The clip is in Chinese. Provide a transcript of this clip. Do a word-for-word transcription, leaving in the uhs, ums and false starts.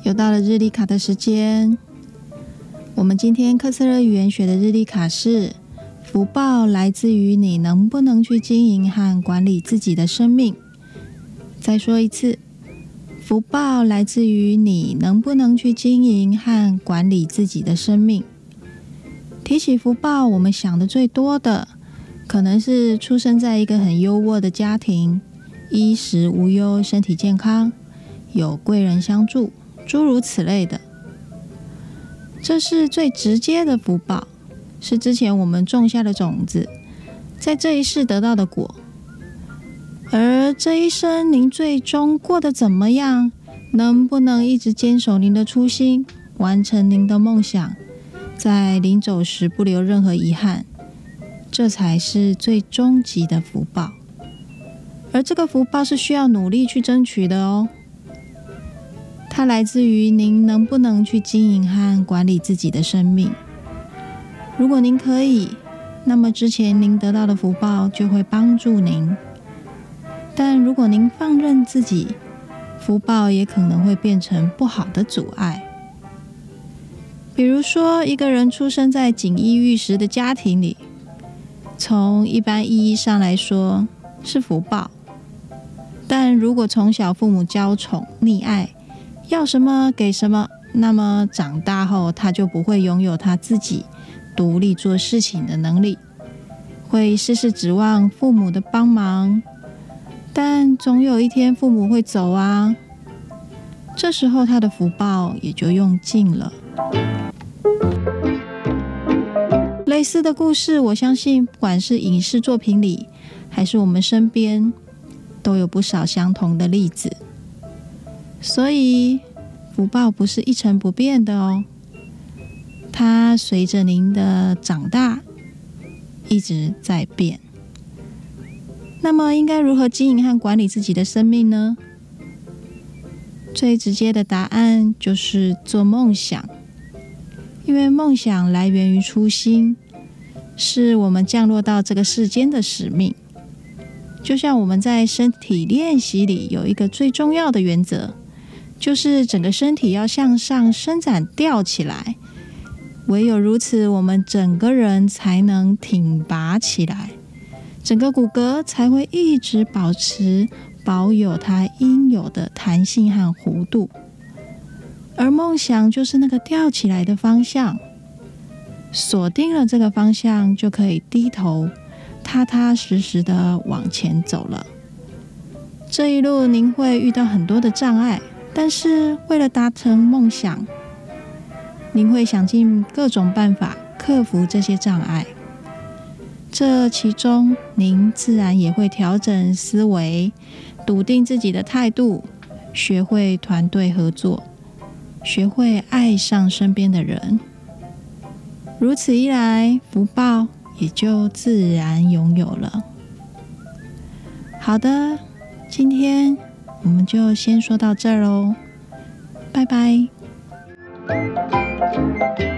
又到了日历卡的时间。我们今天克斯勒语言学的日历卡是：福报来自于你能不能去经营和管理自己的生命。再说一次，福报来自于你能不能去经营和管理自己的生命。提起福报，我们想的最多的可能是出生在一个很优渥的家庭，衣食无忧，身体健康，有贵人相助，诸如此类的。这是最直接的福报，是之前我们种下的种子，在这一世得到的果。而这一生您最终过得怎么样，能不能一直坚守您的初心，完成您的梦想，在临走时不留任何遗憾，这才是最终极的福报。而这个福报是需要努力去争取的哦。它来自于您能不能去经营和管理自己的生命。如果您可以，那么之前您得到的福报就会帮助您。但如果您放任自己，福报也可能会变成不好的阻碍。比如说，一个人出生在锦衣玉食的家庭里，从一般意义上来说是福报。但如果从小父母娇宠溺爱，要什么给什么，那么长大后他就不会拥有他自己独立做事情的能力，会事事指望父母的帮忙，但总有一天父母会走啊，这时候他的福报也就用尽了。类似的故事，我相信不管是影视作品里，还是我们身边，都有不少相同的例子。所以福报不是一成不变的哦，它随着您的长大一直在变。那么应该如何经营和管理自己的生命呢？最直接的答案就是做梦想，因为梦想来源于初心，是我们降落到这个世间的使命。就像我们在身体练习里有一个最重要的原则，就是整个身体要向上伸展吊起来，唯有如此，我们整个人才能挺拔起来，整个骨骼才会一直保持保有它应有的弹性和弧度。而梦想就是那个吊起来的方向，锁定了这个方向，就可以低头踏踏实实的往前走了。这一路您会遇到很多的障碍，但是为了达成梦想，您会想尽各种办法克服这些障碍。这其中您自然也会调整思维，笃定自己的态度，学会团队合作，学会爱上身边的人。如此一来，福报也就自然拥有了。好的，今天我们就先说到这儿咯，拜拜。